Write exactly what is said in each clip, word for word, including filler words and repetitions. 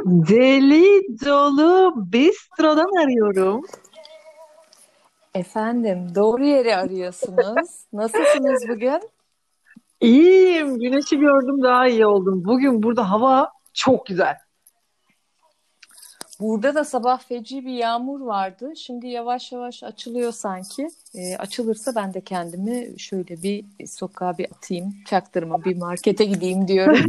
Deli dolu bistrodan arıyorum. Efendim, doğru yeri arıyorsunuz. Nasılsınız bugün? İyiyim. Güneşi gördüm daha iyi oldum. Bugün burada hava çok güzel. Burada da sabah feci bir yağmur vardı. Şimdi yavaş yavaş açılıyor sanki. Ee, açılırsa ben de kendimi şöyle bir sokağa bir atayım, çaktırma bir markete gideyim diyorum.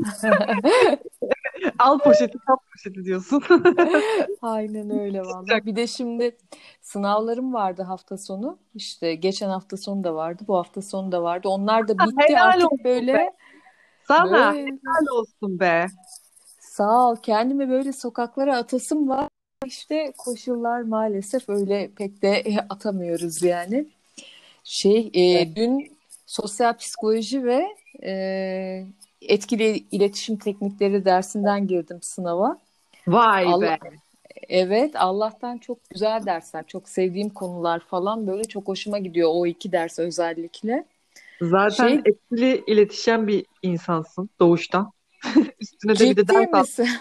Al poşeti, kap poşeti diyorsun. Aynen öyle valla. Sıcak. Bir de şimdi sınavlarım vardı hafta sonu. İşte geçen hafta sonu da vardı, bu hafta sonu da vardı. Onlar da bitti Helal artık olsun be. böyle. Sana Böyle helal olsun be. Sağ ol. Kendimi böyle sokaklara atasım var. İşte koşullar maalesef öyle pek de e, atamıyoruz yani. Şey, e, dün sosyal psikoloji ve e, etkili iletişim teknikleri dersinden girdim sınava. Vay Allah, be. evet, Allah'tan çok güzel dersler, çok sevdiğim konular falan böyle çok hoşuma gidiyor o iki ders özellikle. Zaten Şey, etkili iletişen bir insansın doğuştan. Üstüne de bir de ciddi ders al. misin?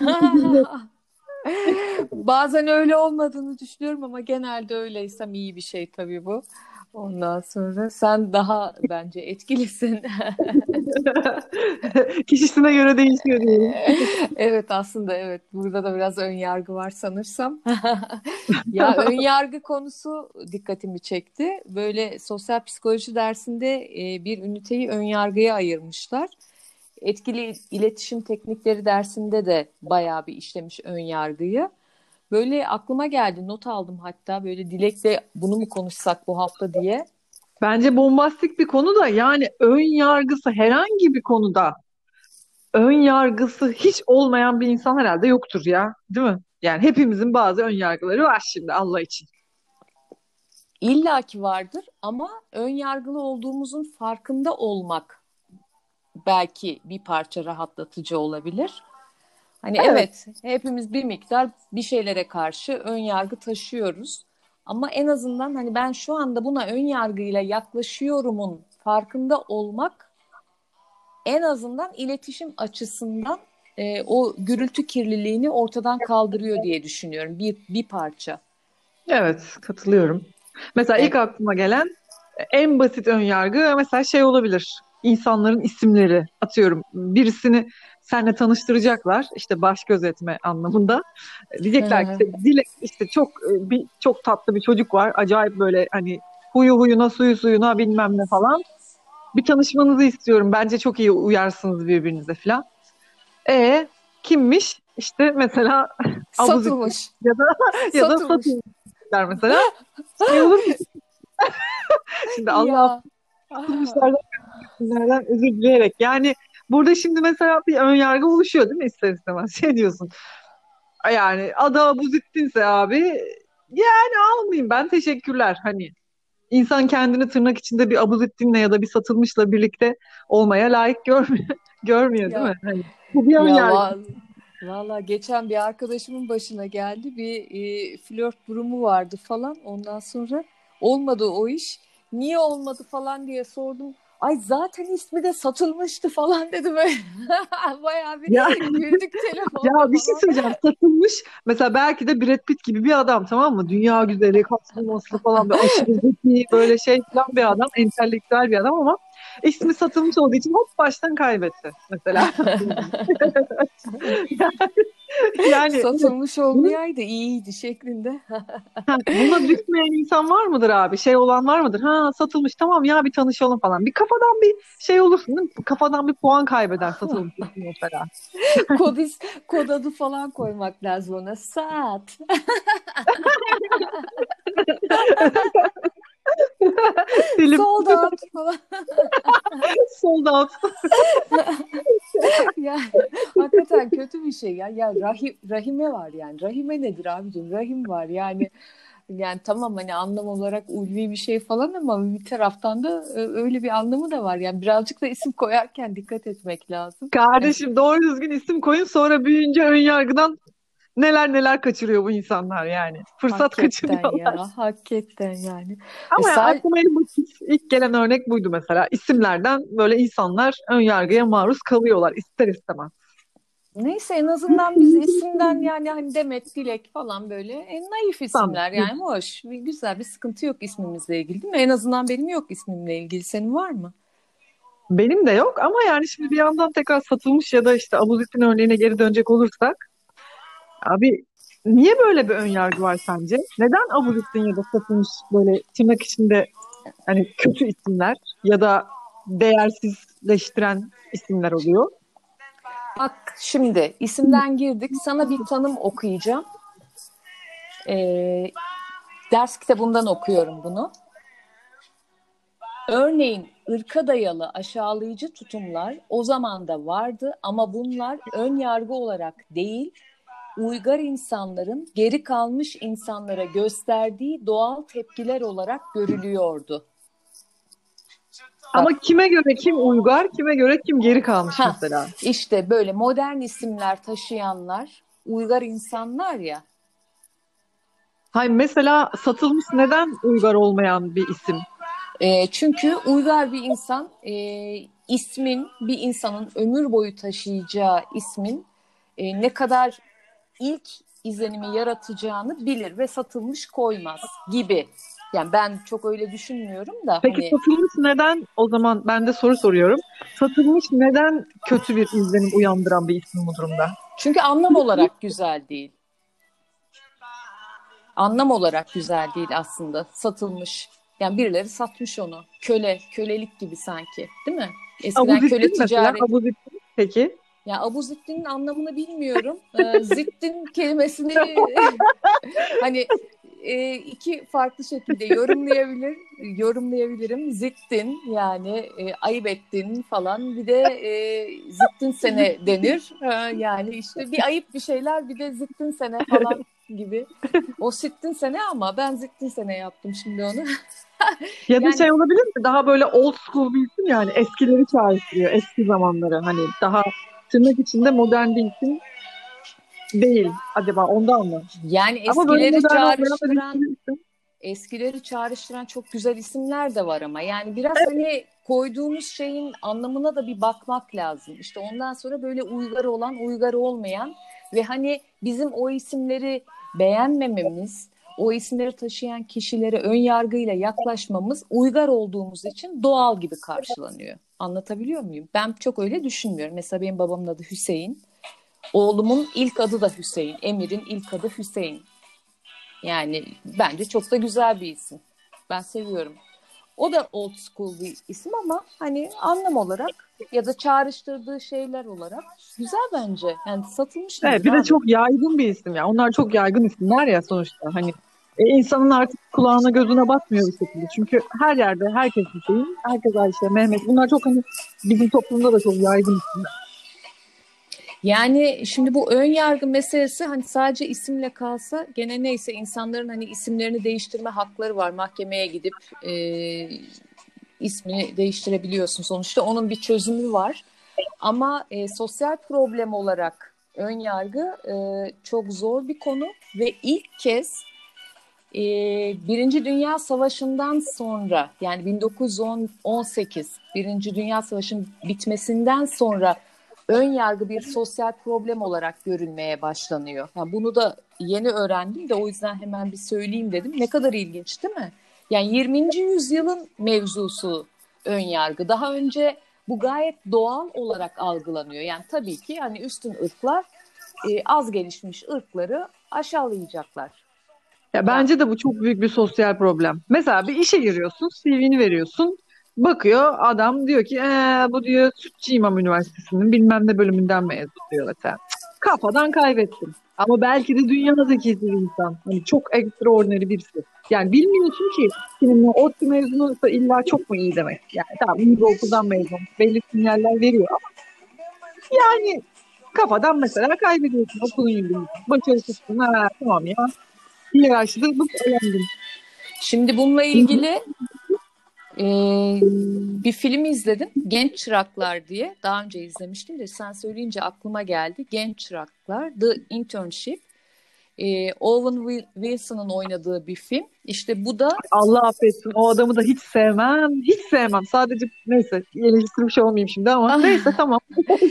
Bazen öyle olmadığını düşünüyorum ama genelde öyleysem iyi bir şey tabii bu. Ondan sonra sen daha bence etkilisin. Kişisine göre değişiyor diyelim. Evet, aslında evet, burada da biraz ön yargı var sanırsam. Ya ön yargı konusu dikkatimi çekti. Böyle sosyal psikoloji dersinde e, bir üniteyi ön yargıya ayırmışlar. Etkili iletişim teknikleri dersinde de bayağı bir işlemiş ön yargıyı. Böyle aklıma geldi, not aldım hatta böyle Dilek'le bunu mu konuşsak bu hafta diye. Bence bombastik bir konu da yani ön yargısı herhangi bir konuda ön yargısı hiç olmayan bir insan herhalde yoktur ya, değil mi? Yani hepimizin bazı ön yargıları var şimdi Allah için. İlla ki vardır ama ön yargılı olduğumuzun farkında olmak belki bir parça rahatlatıcı olabilir. Hani Evet, evet, hepimiz bir miktar bir şeylere karşı ön yargı taşıyoruz. Ama en azından hani ben şu anda buna ön yargıyla yaklaşıyorumun farkında olmak en azından iletişim açısından e, o gürültü kirliliğini ortadan kaldırıyor diye düşünüyorum. Bir, bir parça. evet katılıyorum. Mesela ilk Evet. aklıma gelen en basit ön yargı mesela şey olabilir. İnsanların isimleri atıyorum. Birisini seninle tanıştıracaklar işte baş gözetme anlamında. Diyecekler ki işte Dilek işte çok e, bir çok tatlı bir çocuk var. Acayip böyle hani huyu huyuna suyu suyuna bilmem ne falan. Bir tanışmanızı istiyorum. Bence çok iyi uyarsınız birbirinize falan. E kimmiş? İşte mesela Abuzettin Satılmış. ya da ya da Satılmış. Satılmışlar mesela. Şey olur mu? Şimdi Allah Ya. Satılmışlardan isimlerden özür dileyerek. Yani burada şimdi mesela bir ön yargı oluşuyor değil mi ister istemez? Şey diyorsun. Yani adı Abuzettin'se abi yani almayayım ben teşekkürler. Hani insan kendini tırnak içinde bir Abuzettin'le ya da bir Satılmış'la birlikte olmaya layık görmüyor, görmüyor değil Ya mi? Hani bu bir ön ya yargı. va- valla geçen bir arkadaşımın başına geldi bir e, flört durumu vardı falan ondan sonra olmadı o iş. Niye olmadı falan diye sordum. Ay zaten ismi de satılmıştı falan dedi böyle. Bayağı bir Ya güldük Ya telefonda bir şey falan. söyleyeceğim. Satılmış. Mesela belki de Brad Pitt gibi bir adam tamam mı? Dünya güzeli, kaslı maslı falan böyle aşırı zeki böyle şey falan bir adam. Entelektüel bir adam ama ismi satılmış olduğu için hop baştan kaybetti mesela. Yani evet, Satılmış bunun, olmayaydı iyiydi şeklinde. ha, buna düşmeyen insan var mıdır abi? Şey olan var mıdır? Ha satılmış tamam ya bir tanışalım falan. Bir kafadan bir şey olursun değil mi? Kafadan bir puan kaybeder satılmış ismi mesela. Kod, is, kod adı falan koymak lazım ona. Saat. Selim Sold out falan. sold out. Ya hakikaten kötü bir şey ya. Ya rahim, rahime var yani. Rahime nedir abicim? Rahim var yani. Yani tamam hani anlam olarak ulvi bir şey falan ama bir taraftan da e, öyle bir anlamı da var. Yani birazcık da isim koyarken dikkat etmek lazım. Kardeşim doğru düzgün isim koyun sonra büyüyünce ön yargıdan neler neler kaçırıyor bu insanlar yani. Fırsat Hakikaten kaçırıyorlar. ya. Hakikaten yani. E, Ama ya sa- aklıma en basit ilk gelen örnek buydu mesela. İsimlerden böyle insanlar ön yargıya maruz kalıyorlar ister istemez. Neyse en azından biz isimden yani hani Demet, Dilek falan böyle en naif Tamam. isimler yani hoş, bir güzel bir sıkıntı yok ismimizle ilgili değil mi? En azından benim yok ismimle ilgili. Senin var mı? Benim de yok ama yani şimdi bir yandan tekrar satılmış ya da işte Abuzettin örneğine geri dönecek olursak abi niye böyle bir ön yargı var sence? Neden Abuzettin ya da satılmış böyle tırnak içinde hani kötü isimler ya da değersizleştiren isimler oluyor? Bak şimdi isimden girdik. Sana bir tanım okuyacağım. Ee, ders kitabından okuyorum bunu. Örneğin ırka dayalı aşağılayıcı tutumlar o zaman da vardı ama bunlar ön yargı olarak değil, uygar insanların geri kalmış insanlara gösterdiği doğal tepkiler olarak görülüyordu. Ama Bak, kime göre kim uygar, kime göre kim geri kalmış ha, mesela? işte böyle modern isimler taşıyanlar, uygar insanlar ya. Hayır mesela satılmış neden uygar olmayan bir isim? E, çünkü uygar bir insan e, ismin, bir insanın ömür boyu taşıyacağı ismin e, ne kadar ilk izlenimi yaratacağını bilir ve satılmış koymaz gibi. Yani ben çok öyle düşünmüyorum da Peki hani satılmış neden o zaman ben de soru soruyorum. Satılmış neden kötü bir izlenim uyandıran bir isim bu durumda? çünkü anlam olarak güzel değil. Anlam olarak güzel değil aslında. Satılmış. Yani birileri satmış onu. Köle, kölelik gibi sanki, değil mi? Eskiden köle Abuzettin mesela ticaret. Abuzettin peki. Ya Abuzettin'in anlamını bilmiyorum. Ee, zittin kelimesini hani e, iki farklı şekilde yorumlayabilir, yorumlayabilirim. Zittin yani e, ayıp ettin falan. Bir de e, zittin sene denir. Ha, yani işte bir ayıp bir şeyler, bir de zittin sene falan gibi. O sittin sene ama ben zittin sene yaptım şimdi onu. Ya da Yani şey olabilir mi? Daha böyle old school bir isim yani eskileri çağrıştırıyor. Eski zamanları hani daha tırnak içinde modern bir isim değil. Acaba ondan mı? yani Ama böyle eskileri modern olmayan da bir çağrıştıran sürü isim. eskileri çağrıştıran çok güzel isimler de var ama yani biraz hani koyduğumuz şeyin anlamına da bir bakmak lazım. İşte ondan sonra böyle uygar olan, uygar olmayan ve hani bizim o isimleri beğenmememiz, o isimleri taşıyan kişilere ön yargıyla yaklaşmamız uygar olduğumuz için doğal gibi karşılanıyor. Anlatabiliyor muyum? Ben çok öyle düşünmüyorum. Mesela benim babamın adı Hüseyin. Oğlumun ilk adı da Hüseyin. Emir'in ilk adı Hüseyin. Yani bence çok da güzel bir isim. Ben seviyorum. O da old school bir isim ama hani anlam olarak ya da çağrıştırdığı şeyler olarak güzel bence. Yani satılmış Evet, nedir bir de abi? çok yaygın bir isim ya. Onlar çok yaygın isimler ya sonuçta. Hani e, insanın artık kulağına gözüne batmıyor bir şekilde. Çünkü her yerde herkes Hüseyin, herkes Ayşe, Mehmet. Bunlar çok hani bizim toplumda da çok yaygın isimler. Yani şimdi bu ön yargı meselesi hani sadece isimle kalsa gene neyse insanların hani isimlerini değiştirme hakları var. Mahkemeye gidip e, ismini değiştirebiliyorsun sonuçta. Onun bir çözümü var. Ama e, sosyal problem olarak ön yargı e, çok zor bir konu ve ilk kez e, Birinci Dünya Savaşı'ndan sonra yani bin dokuz yüz on sekiz Birinci Dünya Savaşı'nın bitmesinden sonra ön yargı bir sosyal problem olarak görülmeye başlanıyor. Yani bunu da yeni öğrendim de o yüzden hemen bir söyleyeyim dedim. Ne kadar ilginç değil mi? Yani yirminci yüzyılın mevzusu ön yargı. Daha önce bu gayet doğal olarak algılanıyor. Yani tabii ki hani üstün ırklar e, az gelişmiş ırkları aşağılayacaklar. Ya Yani bence de bu çok büyük bir sosyal problem. Mesela bir işe giriyorsun, C V'ni veriyorsun. Bakıyor adam diyor ki ee, bu diyor Sütçü İmam Üniversitesi'nin bilmem ne bölümünden mezun diyor mesela. Cık, kafadan kaybettin. Ama belki de dünya zekisi bir insan. Hani çok extraordinary birisi. Yani bilmiyorsun ki senin o ODTÜ mezunuysa illa çok mu iyi demek. Yani tamam iyi bir okuldan mezun. Belli sinyaller veriyor ama yani kafadan mesela kaybediyorsun okulun yılını. Başarısızsın. Ha, tamam ya. Hiyerarşide elendin. şimdi bununla ilgili e, bir film izledim. Genç Çıraklar diye. Daha önce izlemiştim de sen söyleyince aklıma geldi. Genç Çıraklar, The Internship. E, Owen Wilson'ın oynadığı bir film. İşte bu da Allah affetsin. O adamı da hiç sevmem. Hiç sevmem. Sadece neyse eleştirmiş olmayayım şimdi ama neyse tamam.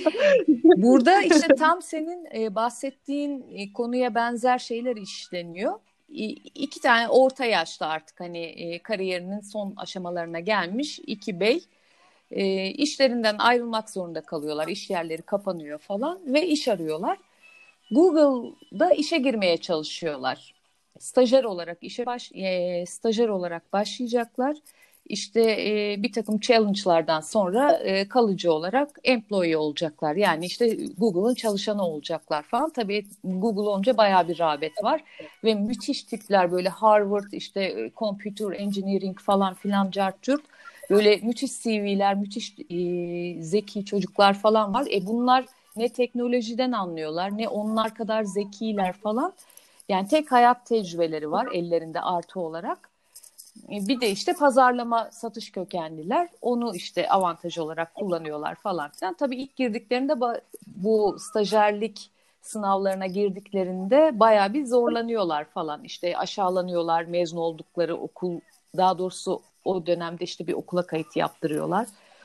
burada işte tam senin e, bahsettiğin e, konuya benzer şeyler işleniyor. İ, iki tane orta yaşta artık hani e, kariyerinin son aşamalarına gelmiş iki bey e, işlerinden ayrılmak zorunda kalıyorlar. İş yerleri kapanıyor falan ve iş arıyorlar. Google'da işe girmeye çalışıyorlar. Stajyer olarak işe baş, e, stajyer olarak başlayacaklar. İşte e, bir takım challenge'lardan sonra e, kalıcı olarak employee olacaklar. Yani işte Google'ın çalışanı olacaklar falan. Tabii Google olunca bayağı bir rağbet var. Ve müthiş tipler böyle Harvard işte e, computer engineering falan filan cart curt. Böyle müthiş C V'ler, müthiş e, zeki çocuklar falan var. E bunlar ne teknolojiden anlıyorlar, ne onlar kadar zekiler falan. Yani tek hayat tecrübeleri var ellerinde artı olarak. Bir de işte pazarlama, satış kökenliler. Onu işte avantaj olarak kullanıyorlar falan filan. Tabii ilk girdiklerinde bu stajyerlik sınavlarına girdiklerinde bayağı bir zorlanıyorlar falan. İşte aşağılanıyorlar, mezun oldukları okul, daha doğrusu o dönemde işte bir okula kayıt yaptırıyorlar.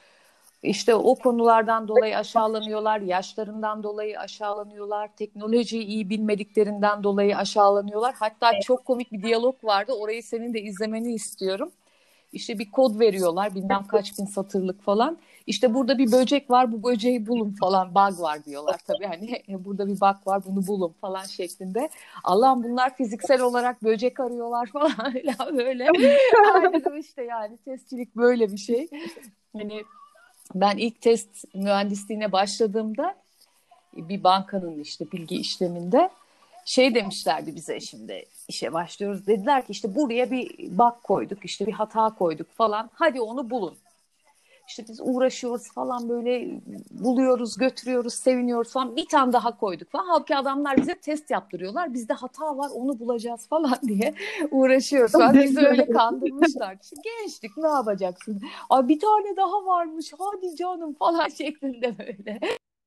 İşte o konulardan dolayı aşağılanıyorlar, yaşlarından dolayı aşağılanıyorlar, teknolojiyi iyi bilmediklerinden dolayı aşağılanıyorlar. Hatta çok komik bir diyalog vardı, orayı senin de izlemeni istiyorum. İşte bir kod veriyorlar, bilmem kaç bin satırlık falan. İşte burada bir böcek var, bu böceği bulun falan, bug var diyorlar tabii. Hani burada bir bug var, bunu bulun falan şeklinde. Allah'ım bunlar fiziksel olarak böcek arıyorlar falan böyle. Aynen işte yani testçilik böyle bir şey. Hani ben ilk test mühendisliğine başladığımda bir bankanın işte bilgi işleminde şey demişlerdi bize, şimdi işe başlıyoruz. Dediler ki işte buraya bir bug koyduk, işte bir hata koyduk falan. Hadi onu bulun. İşte biz uğraşıyoruz falan böyle buluyoruz, götürüyoruz, seviniyoruz falan. Bir tane daha koyduk falan. Halbuki adamlar bize test yaptırıyorlar. Bizde hata var, onu bulacağız falan diye uğraşıyoruz falan. Bizi öyle kandırmışlar. İşte gençlik, ne yapacaksın? Ay bir tane daha varmış, hadi canım falan şeklinde böyle.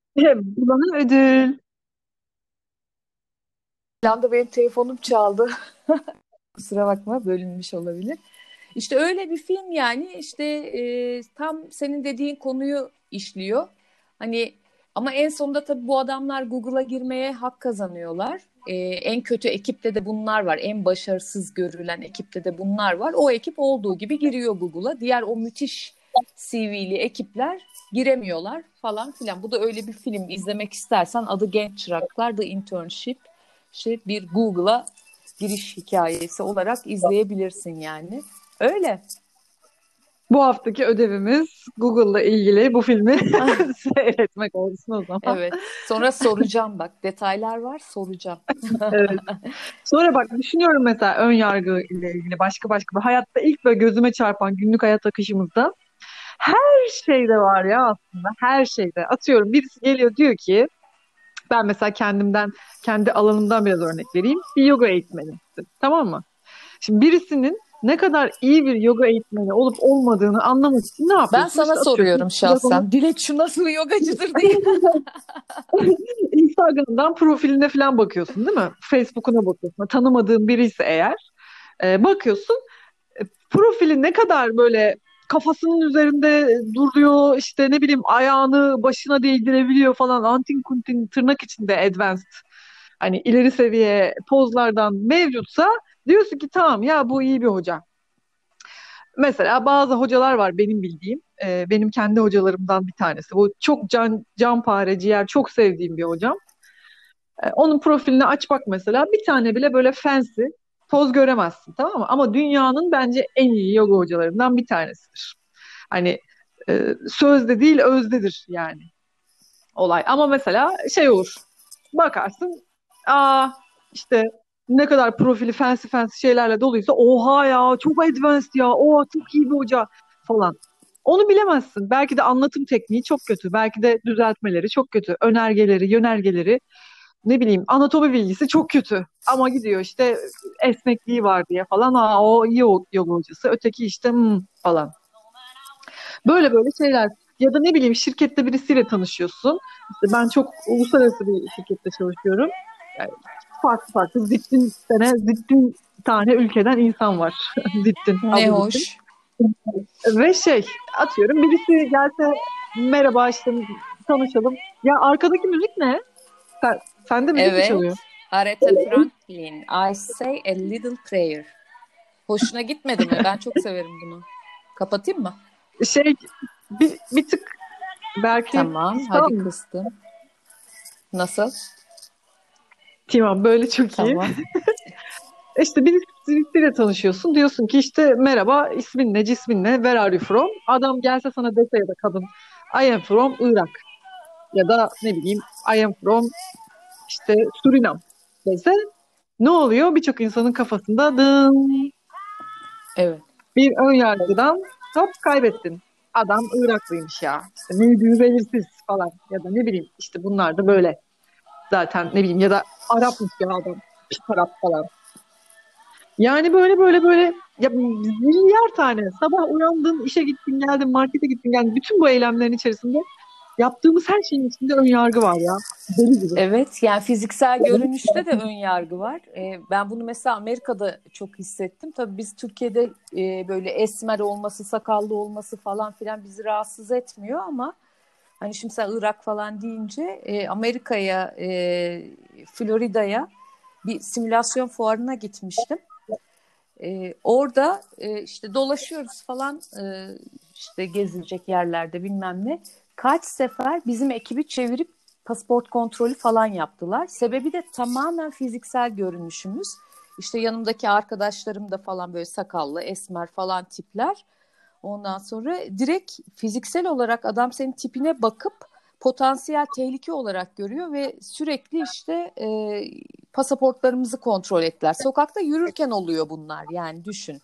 Bana ödül. Bir anda benim telefonum çaldı. Kusura bakma, bölünmüş olabilir. İşte öyle bir film yani işte e, tam senin dediğin konuyu işliyor. Hani ama en sonunda tabii bu adamlar Google'a girmeye hak kazanıyorlar. E, en kötü ekipte de bunlar var. En başarısız görülen ekipte de bunlar var. O ekip olduğu gibi giriyor Google'a. Diğer o müthiş C V'li ekipler giremiyorlar falan filan. Bu da öyle bir film, izlemek istersen adı Genç Çıraklar, The Internship. İşte bir Google'a giriş hikayesi olarak izleyebilirsin yani. Öyle. Bu haftaki ödevimiz Google'la ilgili bu filmi seyretmek olsun o zaman. Evet. Sonra soracağım bak. Detaylar var, soracağım. Evet. Sonra bak düşünüyorum mesela ön yargı ile ilgili başka başka. Hayatta ilk böyle gözüme çarpan günlük hayat akışımızda her şeyde var ya aslında her şeyde. Atıyorum birisi geliyor diyor ki ben mesela kendimden kendi alanımdan biraz örnek vereyim. Bir yoga eğitmeni. Tamam mı? Şimdi birisinin ne kadar iyi bir yoga eğitmeni olup olmadığını anlamak için ne Ben yapıyorsun? sana İşte atıyorum soruyorum şahsen. Dilek şu nasıl bir yogacıdır diye. Instagram'dan profiline falan bakıyorsun değil mi? Facebook'una bakıyorsun. Tanımadığın biri ise eğer e, bakıyorsun e, profili ne kadar böyle kafasının üzerinde duruyor işte ne bileyim ayağını başına değdirebiliyor falan antin kuntin tırnak içinde advanced hani ileri seviye pozlardan mevcutsa diyorsun ki tamam ya bu iyi bir hoca. Mesela bazı hocalar var benim bildiğim. E, benim kendi hocalarımdan bir tanesi. Bu çok can, canpare, ciğer çok sevdiğim bir hocam. E, onun profilini aç bak mesela bir tane bile böyle fancy poz göremezsin tamam mı? Ama dünyanın bence en iyi yoga hocalarından bir tanesidir. Hani e, sözde değil özdedir yani olay. Ama mesela şey olur bakarsın aa işte ne kadar profili fancy fancy şeylerle doluysa oha ya çok advanced ya oha çok iyi bir hoca falan. Onu bilemezsin. Belki de anlatım tekniği çok kötü. Belki de düzeltmeleri çok kötü. Önergeleri, yönergeleri ne bileyim anatomi bilgisi çok kötü. Ama gidiyor işte esnekliği var diye falan. Aa o iyi o yoga hocası. Öteki işte hmm, falan. Böyle böyle şeyler. Ya da ne bileyim şirkette birisiyle tanışıyorsun. İşte ben çok uluslararası bir şirkette çalışıyorum. Yani farklı farklı zittin tane, zittin tane ülkeden insan var. Zittin, Ne adı zittin. hoş. Ve şey atıyorum birisi gelse merhaba işte tanışalım. Ya arkadaki müzik ne? Sen, sende müzik mi Evet. çalıyor? Aretha Franklin. I say a little prayer. Hoşuna gitmedi mi? Ben çok severim bunu. Kapatayım mı? Şey bir, bir tık belki Tamam. tamam Hadi mı? kıstım. Nasıl? Tamam böyle çok iyi. Tamam. İşte birisiyle tanışıyorsun. Diyorsun ki işte merhaba ismin ne cismin ne where are you from? Adam gelse sana dese ya da kadın I am from Irak ya da ne bileyim I am from işte Surinam dese ne oluyor? Birçok insanın kafasında dın Evet. bir ön yargıdan hop kaybettin. Adam Iraklıymış ya. İşte neydi belirsiz falan ya da ne bileyim işte bunlar da böyle. Zaten ne bileyim ya da Arapmış ya adam. Pis Arap falan. Yani böyle böyle böyle ya milyar tane sabah uyandın, işe gittin, geldin, markete gittin, geldin. Bütün bu eylemlerin içerisinde yaptığımız her şeyin içinde ön yargı var ya. Deli gibi. Evet, yani fiziksel görünüşte de ön yargı var. Ee, ben bunu mesela Amerika'da çok hissettim. Tabii biz Türkiye'de e, böyle esmer olması, sakallı olması falan filan bizi rahatsız etmiyor ama hani şimdi sen Irak falan deyince e, Amerika'ya, e, Florida'ya bir simülasyon fuarına gitmiştim. E, orada e, işte dolaşıyoruz falan, e, işte gezilecek yerlerde bilmem ne. Kaç sefer bizim ekibi çevirip pasaport kontrolü falan yaptılar. Sebebi de tamamen fiziksel görünüşümüz. İşte yanımdaki arkadaşlarım da falan böyle sakallı, esmer falan tipler. Ondan sonra direkt fiziksel olarak adam senin tipine bakıp potansiyel tehlike olarak görüyor ve sürekli işte e, pasaportlarımızı kontrol ettiler. Sokakta yürürken oluyor bunlar, yani düşün.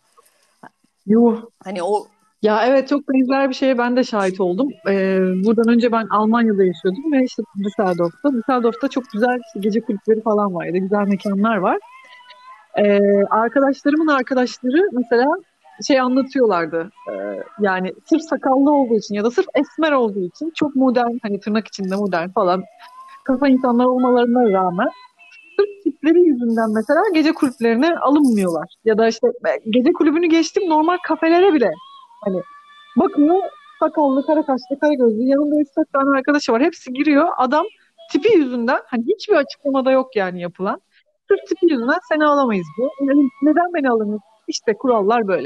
Yuh. Hani o Ya evet çok benzer bir şeye ben de şahit oldum. Ee, buradan önce ben Almanya'da yaşıyordum ve işte Düsseldorf'ta. Düsseldorf'ta çok güzel işte gece kulüpleri falan var ya da güzel mekanlar var. Ee, arkadaşlarımın arkadaşları mesela şey anlatıyorlardı. Ee, yani sırf sakallı olduğu için ya da sırf esmer olduğu için çok modern hani tırnak içinde modern falan kafa insanlar olmalarına rağmen sırf tipleri yüzünden mesela gece kulüplerine alınmıyorlar. Ya da işte gece kulübünü geçtim normal kafelere bile hani bakıyor sakallı, kara kaşlı, kara gözlü yanında üç dört tane arkadaşı var. Hepsi giriyor. Adam tipi yüzünden hani hiçbir açıklamada yok yani yapılan. Sırf tipi yüzünden seni alamayız diyor. Yani neden beni alamıyorsun? İşte kurallar böyle.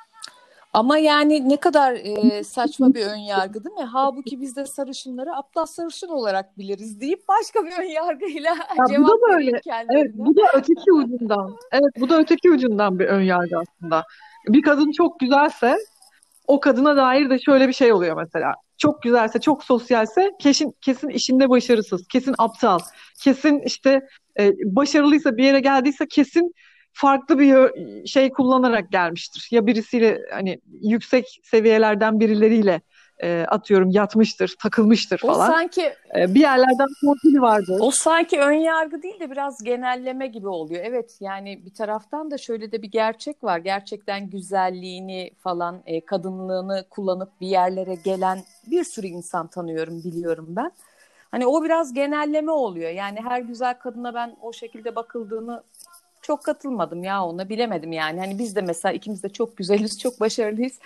ama yani ne kadar e, saçma bir ön yargı değil mi? Halbuki biz de sarışınları aptal sarışın olarak biliriz deyip başka bir ön yargıyla Ya bu da cevap böyle. veriyor Evet, kendilerine. bu da öteki ucundan. Evet, bu da öteki ucundan bir ön yargı aslında. Bir kadın çok güzelse o kadına dair de şöyle bir şey oluyor mesela. Çok güzelse, çok sosyalse kesin kesin işinde başarısız, kesin aptal, kesin işte e, başarılıysa bir yere geldiyse kesin farklı bir yö- şey kullanarak gelmiştir. Ya birisiyle hani yüksek seviyelerden birileriyle e, atıyorum yatmıştır, takılmıştır O falan. sanki E, bir yerlerden torpili O vardır. sanki ön yargı değil de biraz genelleme gibi oluyor. Evet, yani bir taraftan da şöyle de bir gerçek var. Gerçekten güzelliğini falan, e, kadınlığını kullanıp bir yerlere gelen bir sürü insan tanıyorum, biliyorum ben. Hani o biraz genelleme oluyor. Yani her güzel kadına ben o şekilde bakıldığını çok katılmadım ya, ona bilemedim yani. Hani biz de mesela ikimiz de çok güzeliz, çok başarılıyız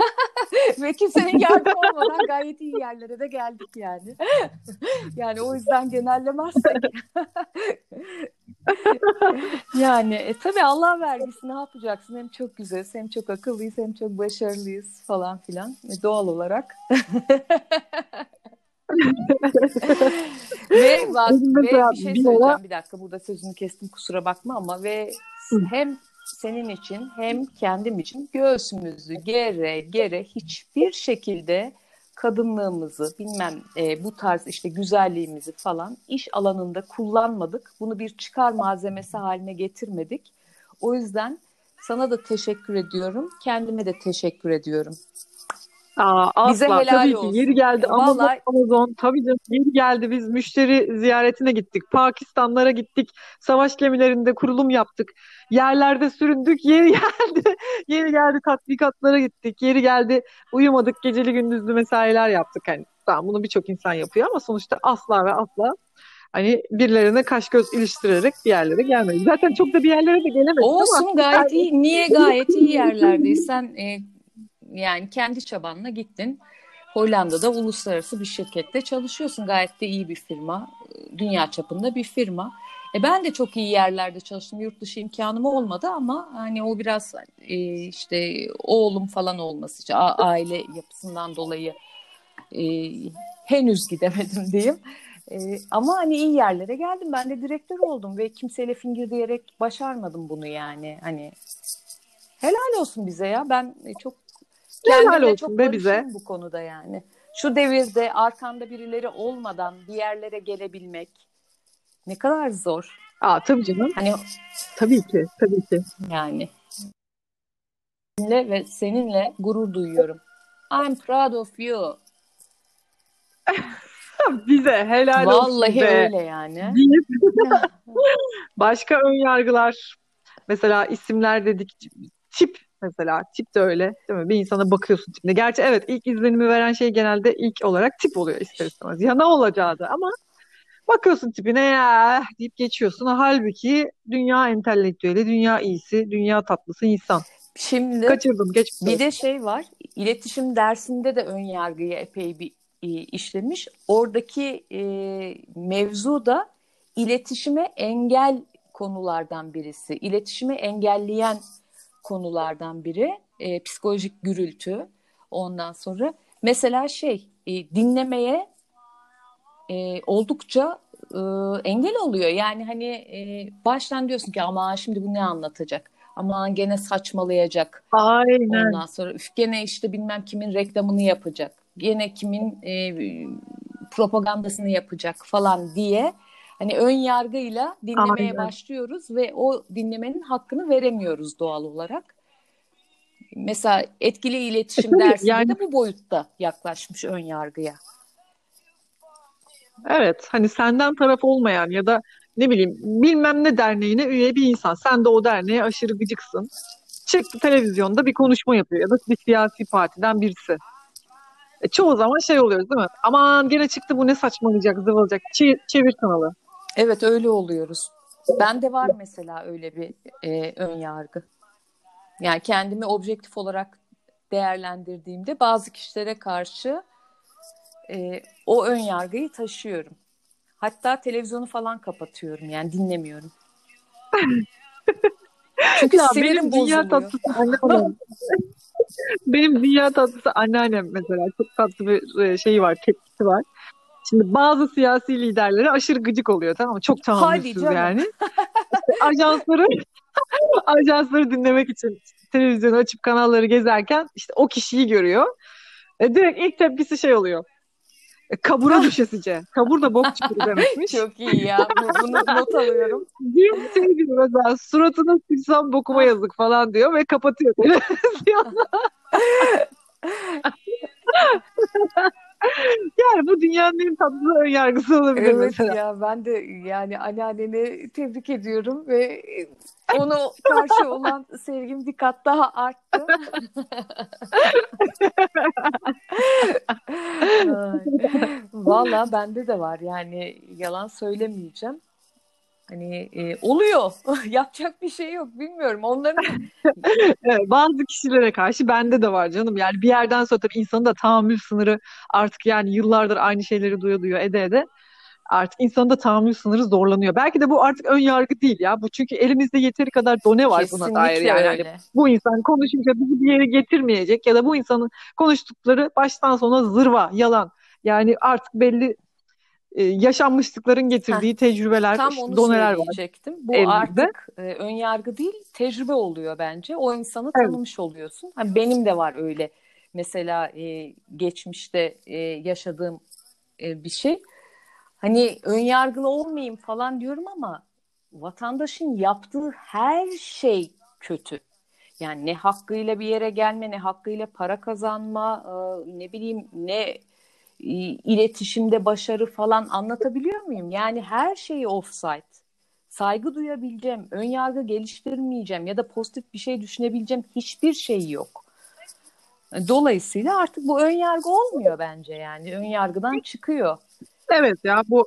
ve kimsenin yardım olmadan gayet iyi yerlere de geldik yani. Yani o yüzden genellemezsek. Yani e, tabii Allah vergisi, ne yapacaksın? Hem çok güzeliz, hem çok akıllıyız, hem çok başarılıyız falan filan. E, doğal olarak. Ve bak, Benim ve mesela bir şey bir ara söyleyeceğim. Bir dakika, burada sözünü kestim, kusura bakma ama ve hem senin için hem kendim için göğsümüzü gere gere hiçbir şekilde kadınlığımızı bilmem e, bu tarz işte güzelliğimizi falan iş alanında kullanmadık. Bunu bir çıkar malzemesi haline getirmedik. O yüzden sana da teşekkür ediyorum. Kendime de teşekkür ediyorum. Aa, Bize asla helal tabii ki yeri olsun. geldi E, Amazon vallahi Amazon tabii canım yeri geldi biz müşteri ziyaretine gittik Pakistanlara gittik savaş gemilerinde kurulum yaptık yerlerde süründük yeri geldi yeri geldi tatbikatlara gittik yeri geldi uyumadık geceli gündüzlü mesailer yaptık hani tamam bunu birçok insan yapıyor ama sonuçta asla ve asla Hani birilerine kaş göz iliştirerek bir yerlere gelmedik. Zaten çok da bir yerlere de gelemedik ama Olsun, gayet iyi. Niye, gayet iyi yerlerdeyiz. Sen e, yani kendi çabanla gittin. Hollanda'da uluslararası bir şirkette çalışıyorsun. Gayet de iyi bir firma. Dünya çapında bir firma. E ben de çok iyi yerlerde çalıştım. Yurt dışı imkanım olmadı ama hani o biraz e, işte oğlum falan olması için a- aile yapısından dolayı e, henüz gidemedim diyeyim. E, ama hani iyi yerlere geldim. Ben de direktör oldum ve kimseyle fingir diyerek başarmadım bunu yani. Hani helal olsun bize ya. Ben çok helal kendimle olsun çok be bize. barışığım bu konuda yani. Şu devirde arkanda birileri olmadan bir yerlere gelebilmek ne kadar zor. Aa, tabii canım. Hani Tabii ki. Tabii ki. yani seninle ve seninle gurur duyuyorum. I'm proud of you. Bize helal olsun Vallahi be. öyle yani. Deyip başka ön yargılar. Mesela isimler dedik. Tip mesela. Tip de öyle. Değil mi? Bir insana bakıyorsun tipine. Gerçi evet, ilk izlenimi veren şey genelde ilk olarak tip oluyor ister istemez. Ya ne olacağı da ama bakıyorsun tipine ya deyip geçiyorsun. Halbuki dünya entelektüeli, dünya iyisi, dünya tatlısı insan. Şimdi Kaçırdım, geçmiş bir de olsun. şey var. İletişim dersinde de ön yargıyı epey bir e, işlemiş. Oradaki e, mevzu da iletişime engel konulardan birisi. İletişimi engelleyen konulardan biri. E, psikolojik gürültü. Ondan sonra mesela şey e, dinlemeye e, oldukça e, engel oluyor. Yani hani e, baştan diyorsun ki ama şimdi bu ne anlatacak? Aman gene saçmalayacak. Aynen. Ondan sonra üf gene işte bilmem kimin reklamını yapacak. Gene kimin e, propagandasını yapacak falan diye. Hani ön yargıyla dinlemeye Aynen. başlıyoruz ve o dinlemenin hakkını veremiyoruz doğal olarak. Mesela etkili E iletişim tabii dersinde yani, de bu boyutta yaklaşmış ön yargıya. evet, hani senden taraf olmayan ya da ne bileyim bilmem ne derneğine üye bir insan. Sen de o derneğe aşırı gıcıksın. Çıktı televizyonda bir konuşma yapıyor ya da bir siyasi partiden birisi. E, çoğu zaman şey oluyoruz değil mi? Aman gene çıktı bu, ne saçmalayacak, zıvalacak. Çevir, çevir kanalı. Evet, öyle oluyoruz. Bende var mesela öyle bir e, ön yargı. Yani kendimi objektif olarak değerlendirdiğimde bazı kişilere karşı e, o ön yargıyı taşıyorum. Hatta televizyonu falan kapatıyorum yani dinlemiyorum. Çünkü Ya sinirim benim dünya bozuluyor. tatlısı anneannem. Benim dünya tatlısı anneannem mesela çok tatlı bir e, şeyi var, tepkisi var. Şimdi bazı siyasi liderlere aşırı gıcık oluyor, tamam mı? Çok Hadi tahammülsüz canım. yani. Ajansları ajansları dinlemek için televizyonu açıp kanalları gezerken işte o kişiyi görüyor. E, direkt ilk tepkisi şey oluyor. E, kabura düşesice. Kabur da bok çukuru demekmiş. Çok iyi ya. Bu- Bunu not alıyorum. Bir şey diyor mesela, suratına sıçsam bokuma yazık falan diyor ve kapatıyor televizyonu. Yani bu dünyanın en tatlı ön yargısı olabilir Evet mesela. ya, ben de yani anneanneni tebrik ediyorum ve ona karşı olan sevgim bir kat daha arttı. Ay. Valla bende de var yani, yalan söylemeyeceğim. Hani e, oluyor. Yapacak bir şey yok. Bilmiyorum. Onların Evet, bazı kişilere karşı bende de var canım. Yani bir yerden sonra tabii insanın da tahammül sınırı artık, yani yıllardır aynı şeyleri duya duya ede ede artık insanın da tahammül sınırı zorlanıyor. Belki de bu artık ön yargı değil ya. Bu çünkü elimizde yeteri kadar done var buna dair, kesinlikle yani hani öyle. bu insan konuşunca bizi bir yere getirmeyecek ya da bu insanın konuştukları baştan sona zırva, yalan. Yani artık belli e, yaşanmışlıkların Heh, getirdiği tecrübeler, tam işte onu doneler var söyleyecektim. Bu elimizde. artık e, ön yargı değil, tecrübe oluyor bence. O insanı Evet. tanımış oluyorsun. Ha, benim de var öyle. Mesela e, geçmişte e, yaşadığım e, bir şey. Hani ön yargılı olmayayım falan diyorum ama vatandaşın yaptığı her şey kötü. Yani ne hakkıyla bir yere gelme, ne hakkıyla para kazanma, e, ne bileyim ne e, iletişimde başarı falan, anlatabiliyor muyum? Yani her şeyi offside. Saygı duyabileceğim, ön yargı geliştirmeyeceğim ya da pozitif bir şey düşünebileceğim hiçbir şey yok. Dolayısıyla artık bu ön yargı olmuyor bence yani. Ön yargıdan çıkıyor. Evet ya, bu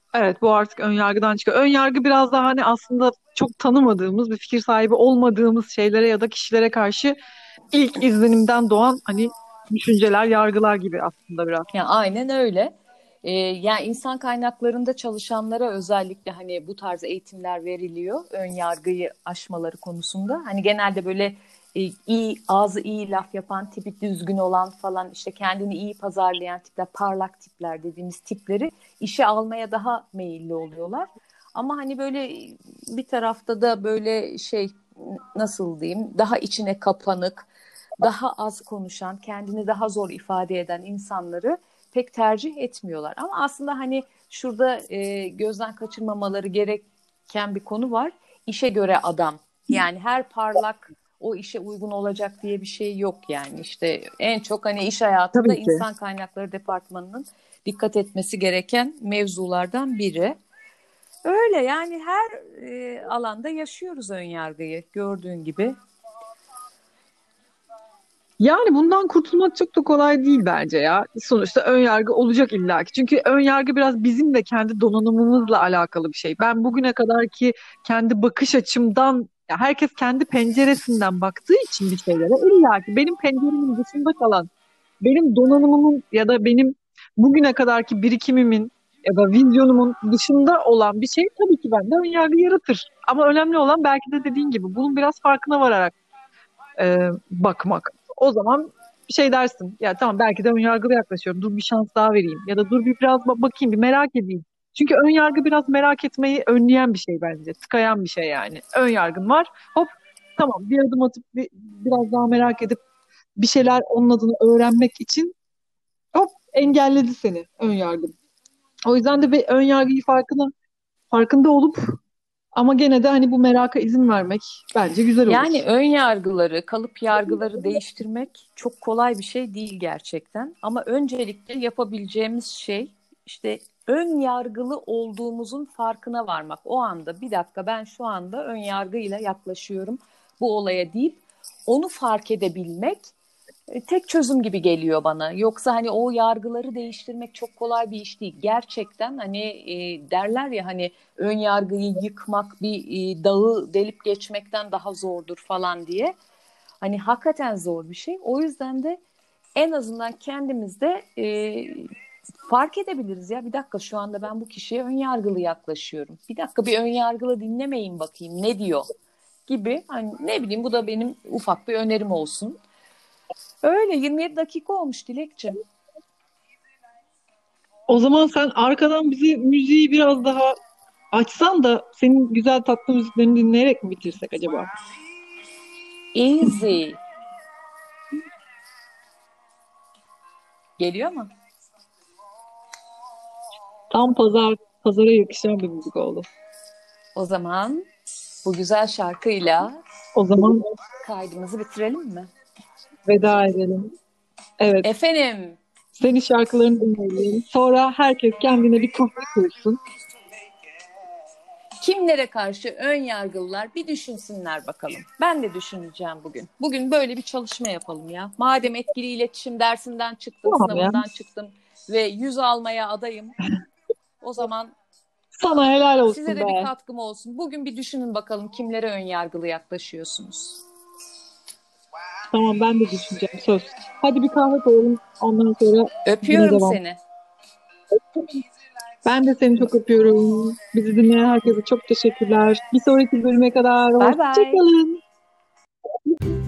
Evet, bu artık ön yargıdan çıkıyor. Ön yargı biraz daha hani aslında çok tanımadığımız, bir fikir sahibi olmadığımız şeylere ya da kişilere karşı ilk izlenimden doğan hani düşünceler, yargılar gibi aslında biraz. Ya aynen öyle. Ee, yani insan kaynaklarında çalışanlara özellikle hani bu tarz eğitimler veriliyor. Ön yargıyı aşmaları konusunda. Hani genelde böyle e, iyi ağzı iyi laf yapan, tipi düzgün olan falan işte kendini iyi pazarlayan tipler, parlak tipler dediğimiz tipleri işe almaya daha meyilli oluyorlar. Ama hani böyle bir tarafta da böyle şey nasıl diyeyim daha içine kapanık, daha az konuşan, kendini daha zor ifade eden insanları pek tercih etmiyorlar. Ama aslında hani şurada e, gözden kaçırmamaları gereken bir konu var. İşe göre adam. Yani her parlak o işe uygun olacak diye bir şey yok yani. İşte en çok hani iş hayatında Tabii ki. insan kaynakları departmanının dikkat etmesi gereken mevzulardan biri. Öyle yani her e, alanda yaşıyoruz ön yargıyı gördüğün gibi. Yani bundan kurtulmak çok da kolay değil bence ya. Sonuçta ön yargı olacak illaki. Çünkü ön yargı biraz bizim de kendi donanımımızla alakalı bir şey. Ben bugüne kadar ki kendi bakış açımdan, ya herkes kendi penceresinden baktığı için bir şeylere illaki benim penceremin dışında kalan, benim donanımımın ya da benim bugüne kadarki birikimimin ya da vizyonumun dışında olan bir şey tabii ki bende ön yargı yaratır. Ama önemli olan belki de dediğin gibi bunun biraz farkına vararak e, bakmak. O zaman bir şey dersin. Ya tamam, belki de ön yargılı yaklaşıyorum. Dur bir şans daha vereyim. Ya da dur bir biraz ba- bakayım, bir merak edeyim. Çünkü ön yargı biraz merak etmeyi önleyen bir şey bence. Tıkayan bir şey yani. Ön yargın var. Hop, tamam, bir adım atıp bir, biraz daha merak edip bir şeyler onun adını öğrenmek için hop engelledi seni ön yargın. O yüzden de bir ön yargıyı farkına farkında olup ama gene de hani bu meraka izin vermek bence güzel Yani olur. ön yargıları, kalıp yargıları değiştirmek çok kolay bir şey değil gerçekten. Ama öncelikle yapabileceğimiz şey işte ön yargılı olduğumuzun farkına varmak. O anda bir dakika ben şu anda ön yargıyla yaklaşıyorum bu olaya deyip onu fark edebilmek e, tek çözüm gibi geliyor bana. Yoksa hani o yargıları değiştirmek çok kolay bir iş değil. Gerçekten hani e, derler ya hani ön yargıyı yıkmak bir e, dağı delip geçmekten daha zordur falan diye. Hani hakikaten zor bir şey. O yüzden de en azından kendimizde e, fark edebiliriz ya. Bir dakika şu anda ben bu kişiye ön yargılı yaklaşıyorum. Bir dakika bir ön yargılı dinlemeyin bakayım ne diyor gibi. Hani ne bileyim bu da benim ufak bir önerim olsun. Öyle yirmi yedi dakika olmuş Dilekçim. O zaman sen arkadan bizi müziği biraz daha açsan da senin güzel tatlı müziklerini dinleyerek mi bitirsek acaba? Easy. Geliyor mu? Tam pazar pazara yakışan bir müzik oldu. O zaman bu güzel şarkıyla O zaman kaydımızı bitirelim mi? veda edelim. Evet, Efendim, senin şarkılarını dinleyelim. Sonra herkes kendine bir kahve koysun. kimlere karşı ön yargılılar bir düşünsünler bakalım. Ben de düşüneceğim bugün. Bugün böyle bir çalışma yapalım ya. Madem etkili iletişim dersinden çıktım, Tamam ya. sınavından çıktım ve yüz almaya adayım. O zaman Sana helal size olsun de bir be. katkım olsun. Bugün bir düşünün bakalım kimlere ön yargılı yaklaşıyorsunuz. Tamam, ben de düşüneceğim, söz. Hadi bir kahve koyalım. Ondan sonra yine Öpüyorum devam. seni. Ben de seni çok öpüyorum. Bizi dinleyen herkese çok teşekkürler. Bir sonraki bölüme kadar Bye bye. hoşçakalın.